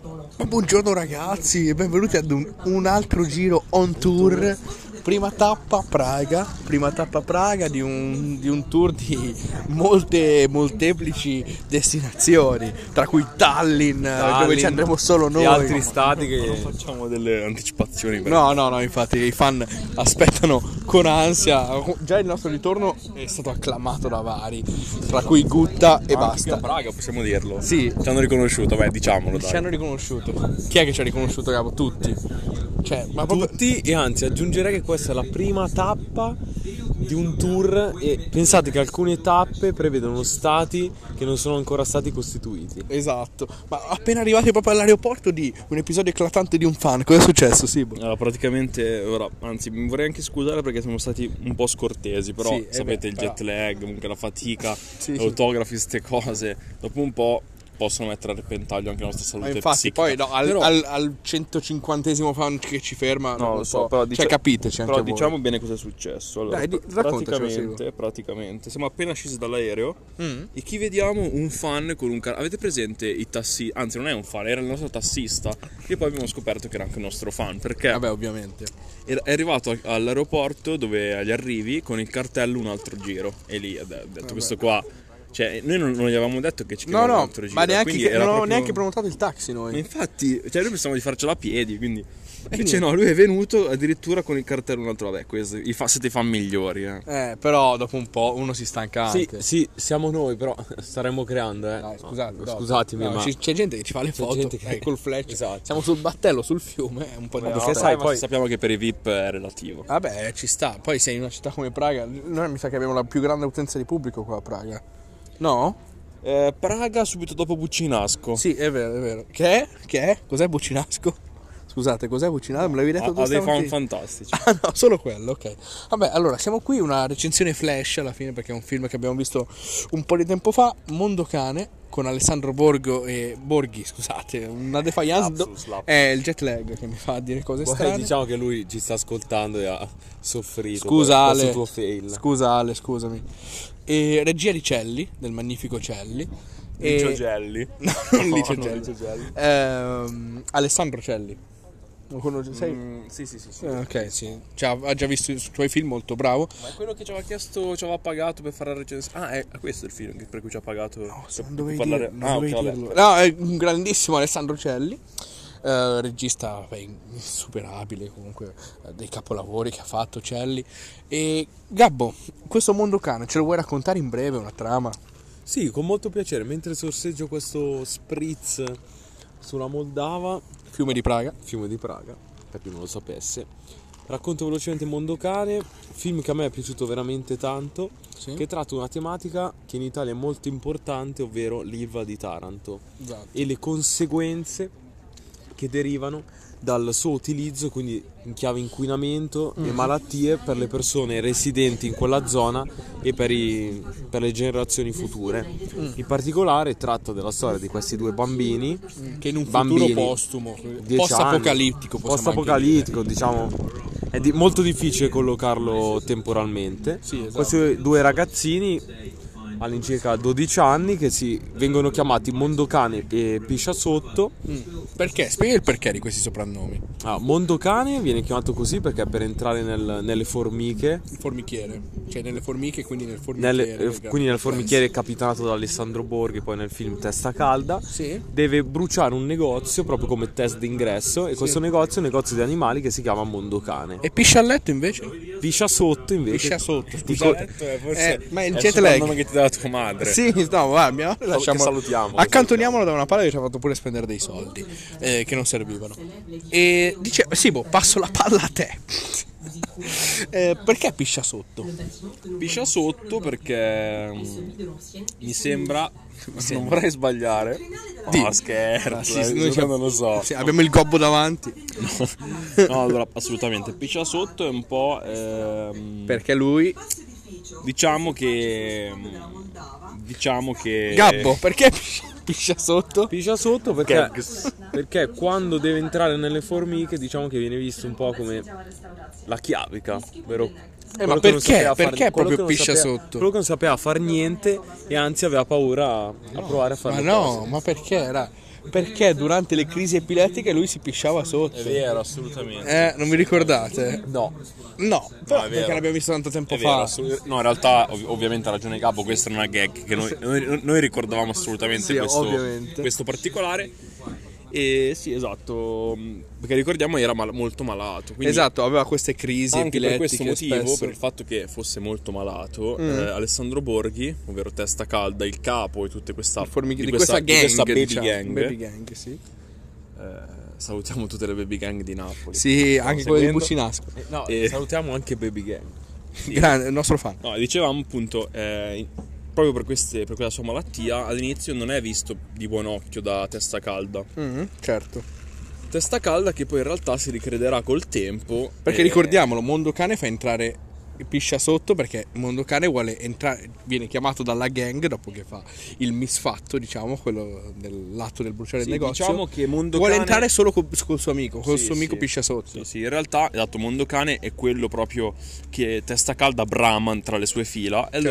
Buongiorno ragazzi e benvenuti ad un altro giro on tour. Prima tappa Praga di un tour di molteplici destinazioni, tra cui Tallinn, dove ci andremo solo noi. E altri stati che Non facciamo delle anticipazioni. No, infatti i fan aspettano con ansia. Già il nostro ritorno è stato acclamato da vari, tra cui Gutta e basta. A Praga possiamo dirlo. Sì. Ci hanno riconosciuto, diciamolo, dai. Ci hanno riconosciuto. Chi è che ci ha riconosciuto, Gabo? Tutti. Cioè, ma proprio... tutti, e anzi aggiungerei che questa è la prima tappa di un tour e pensate che alcune tappe prevedono stati che non sono ancora stati costituiti. Esatto. Ma appena arrivati proprio all'aeroporto di un episodio eclatante di un fan, cosa è successo, Sibo? Allora, praticamente, ora, anzi, mi vorrei anche scusare perché siamo stati un po' scortesi, però Sì, sapete il jet lag, comunque la fatica, gli autografi, ste cose, dopo un po' possono mettere a repentaglio anche la nostra salute Ma infatti psichica. poi no, Però- al 150esimo fan che ci ferma, No, lo so, però cioè capiteci anche però voi. diciamo bene cosa è successo. Allora, Dai, raccontacelo, praticamente siamo appena scesi dall'aereo e chi vediamo? Un fan con un avete presente i tassi? Anzi, non è un fan, era il nostro tassista. E poi abbiamo scoperto che era anche il nostro fan, perché Vabbè, ovviamente. è arrivato all'aeroporto dove agli arrivi con il cartello un altro giro. E lì ha detto questo qua. Cioè, noi non gli avevamo detto che ci chiedevano un altro giro. Ma neanche quindi che, era non ho proprio- neanche prenotato il taxi Ma noi. infatti, cioè noi pensavamo di farcela a piedi, quindi invece niente. no, lui è venuto addirittura con il cartello un altro, vabbè, siete i fan migliori, Però dopo un po' uno si stanca Sì, anche. sì, siamo noi, però staremmo creando, Dai, scusate, No, dopo. scusatemi, No, ma c'è gente che ci fa le foto gente che- col flash. Esatto. Siamo sul battello, sul fiume, è un po' di perché sai, poi sappiamo che per i VIP è relativo. Vabbè, ci sta. Poi sei in una città come Praga. Noi mi sa che abbiamo la più grande utenza di pubblico qua a Praga. No? Praga subito dopo Buccinasco. Sì, è vero. Che è? Cos'è Buccinasco? Scusate, cos'è Buccinasco? Me l'avevi detto tu Ha dei fan stamattina? fantastici. Ah no, solo quello, ok. Vabbè, allora, siamo qui, una recensione flash alla fine, perché è un film che abbiamo visto un po' di tempo fa, Mondo Cane, con Alessandro Borghi, scusate, una defiance. Lapsus. È il jet lag che mi fa dire cose poi strane. diciamo che lui ci sta ascoltando e ha soffrito Scusa per Ale, questo tuo fail. scusa Ale, scusami. E regia di Celli, del magnifico Celli. Licio Gelli. No, non Licio non Gelli. Licio Gelli. Alessandro Celli. Lo conosci? Sei? Sì. Ok, sì. Ha già visto i suoi film, molto bravo. Ma è quello che ci aveva chiesto, ci aveva pagato per fare la recensione. Ah, è questo il film per cui ci ha pagato. Non dovevi parlare. non dovevi ok, dirlo. vabbè. No, è un grandissimo Alessandro Celli. Regista insuperabile, comunque dei capolavori che ha fatto Celli. E Gabbo, questo Mondo Cane ce lo vuoi raccontare in breve, una trama? Sì, con molto piacere, mentre sorseggio questo spritz sulla Moldava, Fiume di Praga. fiume di Praga, per chi non lo sapesse. Racconto velocemente Mondo Cane, film che a me è piaciuto veramente tanto, Sì. che tratta una tematica che in Italia è molto importante, ovvero l'Ilva di Taranto Esatto. e le conseguenze che derivano dal suo utilizzo, quindi in chiave inquinamento e malattie per le persone residenti in quella zona e per le generazioni future. In particolare tratta della storia di questi due bambini Che in un bambini, futuro postumo, 10 post-apocalittico, anni, possiamo anche post-apocalittico, diciamo, è molto difficile collocarlo temporalmente. Sì, esatto. Questi due ragazzini all'incirca 12 anni che vengono chiamati Mondocane e Piscia Sotto. Perché? Spiega il perché di questi soprannomi. Mondocane viene chiamato così perché per entrare nelle formiche, Il formichiere, cioè nelle formiche, quindi nel formichiere. quindi nel formichiere capitanato da Alessandro Borghi poi nel film Testa Calda, Sì. deve bruciare un negozio proprio come test d'ingresso e questo negozio è un negozio di animali che si chiama Mondocane. E Piscialletto invece? Piscia Sotto invece Piscia sotto, dico- scusate. Ma è il jet Il nome lag. che ti dà tua madre. Sì, no, guarda, lasciamo. salutiamo, Accantoniamolo da una parte che ci ha fatto pure spendere dei soldi che non servivano. E dice, Sibo, passo la palla a te. Perché Piscia Sotto? Piscia sotto perché mi sembra. Non vorrei sbagliare. Di. No, scherzo. Sì, noi non lo so. Sì, abbiamo il gobbo davanti. No, allora, assolutamente. Piscia sotto è un po'. Perché lui. Diciamo che. Gabbo, perché Piscia Sotto? Piscia Sotto perché quando deve entrare nelle formiche diciamo che viene visto un po' come la chiavica, ovvero Ma perché? Perché proprio Piscia Sotto? Quello che non sapeva far niente e anzi aveva paura a provare a fare Ma no, ma perché era? perché durante le crisi epilettiche lui si pisciava sotto. È vero, assolutamente. Non vi ricordate? No. No, però è perché vero. l'abbiamo visto tanto tempo È vero, fa. no, in realtà ovviamente ha ragione Gabbo, questa è una gag che noi ricordavamo assolutamente Sì, ovviamente. questo particolare. E sì, esatto, perché ricordiamo era molto malato. Quindi Esatto, aveva queste crisi anche per epilettiche questo motivo, spesso. per il fatto che fosse molto malato, Alessandro Borghi, ovvero Testa Calda, il capo e tutte questa, Di questa gang, baby diciamo. gang, Baby gang, sì. salutiamo tutte le baby gang di Napoli. Sì, anche quelli di seguendo. Bucinasco. No, E- salutiamo anche Baby Gang. Grande, il nostro fan. No, dicevamo appunto, proprio per quella sua malattia, all'inizio non è visto di buon occhio da Testa Calda. Certo. Testa Calda che poi in realtà si ricrederà col tempo. Perché ricordiamolo, Mondo Cane fa entrare piscia sotto perché Mondo Cane vuole entrare, viene chiamato dalla gang dopo che fa il misfatto, diciamo, quello dell'atto del bruciare il Sì, negozio. diciamo che Mondo vuole Cane- entrare solo col suo amico, col Sì, suo amico sì. piscia sotto. Sì, sì, in realtà, esatto, Mondo Cane è quello proprio che Testa Calda brama tra le sue fila e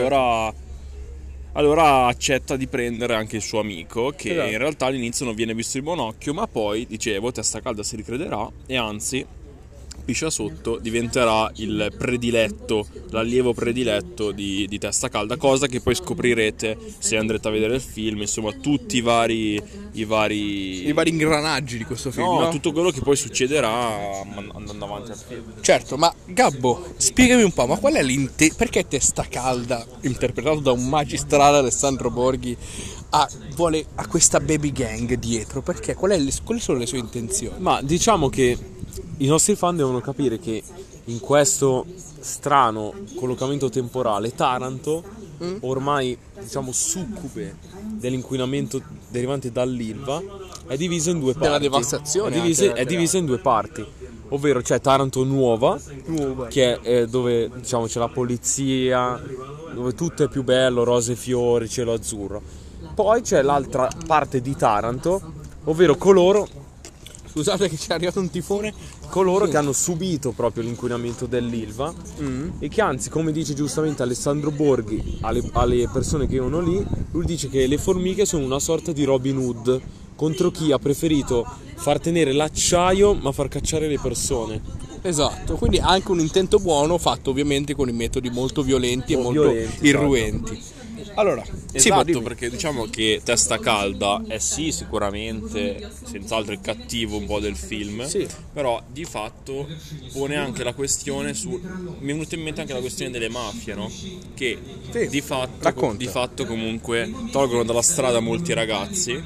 allora accetta di prendere anche il suo amico, che Esatto. in realtà all'inizio non viene visto di buon occhio, ma poi, dicevo, Testa Calda si ricrederà e anzi Piscia Sotto diventerà il prediletto, l'allievo prediletto di Testa Calda, cosa che poi scoprirete se andrete a vedere il film, insomma tutti i vari I vari ingranaggi di questo film, no, no? tutto quello che poi succederà andando avanti al film. Certo, ma Gabbo, spiegami un po', ma qual è perché Testa Calda, interpretato da un magistrale Alessandro Borghi, ha questa baby gang dietro? Perché? Quali sono le sue intenzioni? Ma diciamo che i nostri fan devono capire che in questo strano collocamento temporale Taranto, ormai diciamo succube dell'inquinamento derivante dall'Ilva, è diviso in due parti. Della devastazione È diviso in due parti, ovvero c'è Taranto Nuova, che è dove diciamo c'è la polizia, dove tutto è più bello, rose e fiori, cielo azzurro. Poi c'è l'altra parte di Taranto, ovvero Scusate che ci è arrivato un tifone. che hanno subito proprio l'inquinamento dell'Ilva e che anzi, come dice giustamente Alessandro Borghi alle persone che vivono lì, lui dice che le formiche sono una sorta di Robin Hood contro chi ha preferito far tenere l'acciaio ma far cacciare le persone. Esatto, quindi anche un intento buono fatto ovviamente con i metodi molto violenti e molto Violenti, irruenti. Allora, Esatto, dimmi. perché diciamo che Testa Calda è sì sicuramente senz'altro il cattivo un po' del film, Sì. però di fatto pone anche la questione mi è venuta in mente anche la questione delle mafie, no? Che Sì, di fatto, racconta. di fatto comunque tolgono dalla strada molti ragazzi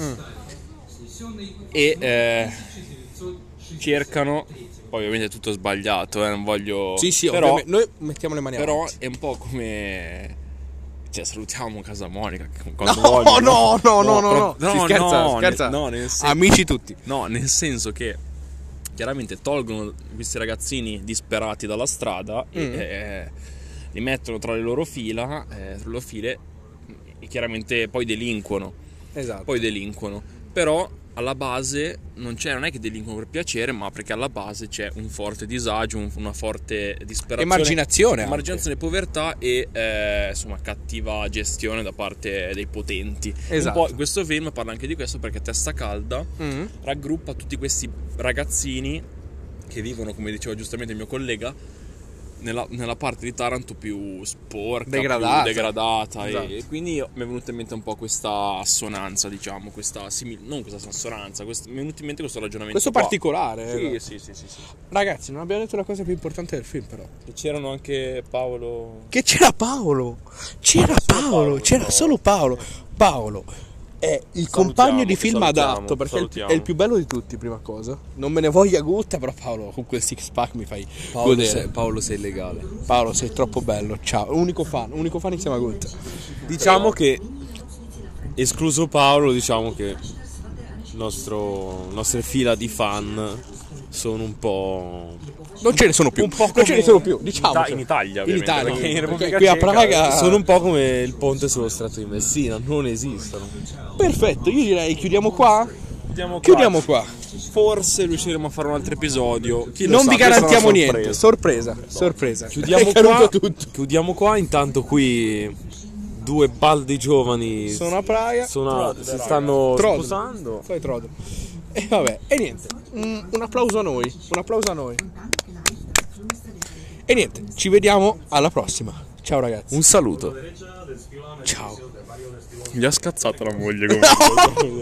e cercano, poi ovviamente è tutto sbagliato, non voglio... Sì, però, ovviamente. Noi mettiamo le mani però avanti. è un po' come... Cioè, salutiamo Casa Monica No, quando vogliono. no. No, Si scherza. no, nel senso, Amici tutti. no, nel senso che chiaramente tolgono questi ragazzini disperati dalla strada e li mettono tra le loro file e chiaramente poi delinquono. Esatto. Però alla base non è che delinquono per piacere, ma perché alla base c'è un forte disagio, una forte disperazione, Emarginazione e povertà e insomma cattiva gestione da parte dei potenti. Esatto. Un po' questo film parla anche di questo, perché Testa Calda raggruppa tutti questi ragazzini che vivono, come diceva giustamente il mio collega, nella parte di Taranto più sporca, Degradata. più degradata. Esatto. E quindi mi è venuta in mente un po' questa assonanza, diciamo, non questa assonanza, mi è venuto in mente questo ragionamento Questo qua. particolare. Sì. Ragazzi, non abbiamo detto la cosa più importante del film, però. E c'erano anche Paolo. Che c'era Paolo. C'era solo Paolo. Paolo è il compagno di film salutiamo, adatto, perché salutiamo. è il più bello di tutti, prima cosa. Non me ne voglia gutta, però Paolo con quel six pack mi fai godere. Paolo sei illegale. Paolo, sei troppo bello. Ciao. Unico fan insieme a Gut. Diciamo che, escluso Paolo, diciamo che nostre fila di fan sono un po'... Non ce ne sono più. Un po' Non ce ne come- sono più, diciamo. In Italia, In ovviamente, Italia. perché in Perché Repubblica qui a Ceca Praga Sono un po' come il ponte sullo Stretto di Messina, non esistono. Perfetto, io direi chiudiamo qua. Chiudiamo Chiudiamo qua. Forse riusciremo a fare un altro episodio. Chi lo Non sa, vi questa è una garantiamo sorpresa. niente. Sorpresa. Chiudiamo È caduto qua, tutto. chiudiamo qua, intanto qui due baldi giovani Sono a praia. si stanno Trodo. sposando. Poi trodo. E vabbè, e niente. Un applauso a noi. Un applauso a noi. E niente, ci vediamo alla prossima. Ciao ragazzi. Un saluto. Ciao. Gli ha scazzato la moglie comunque.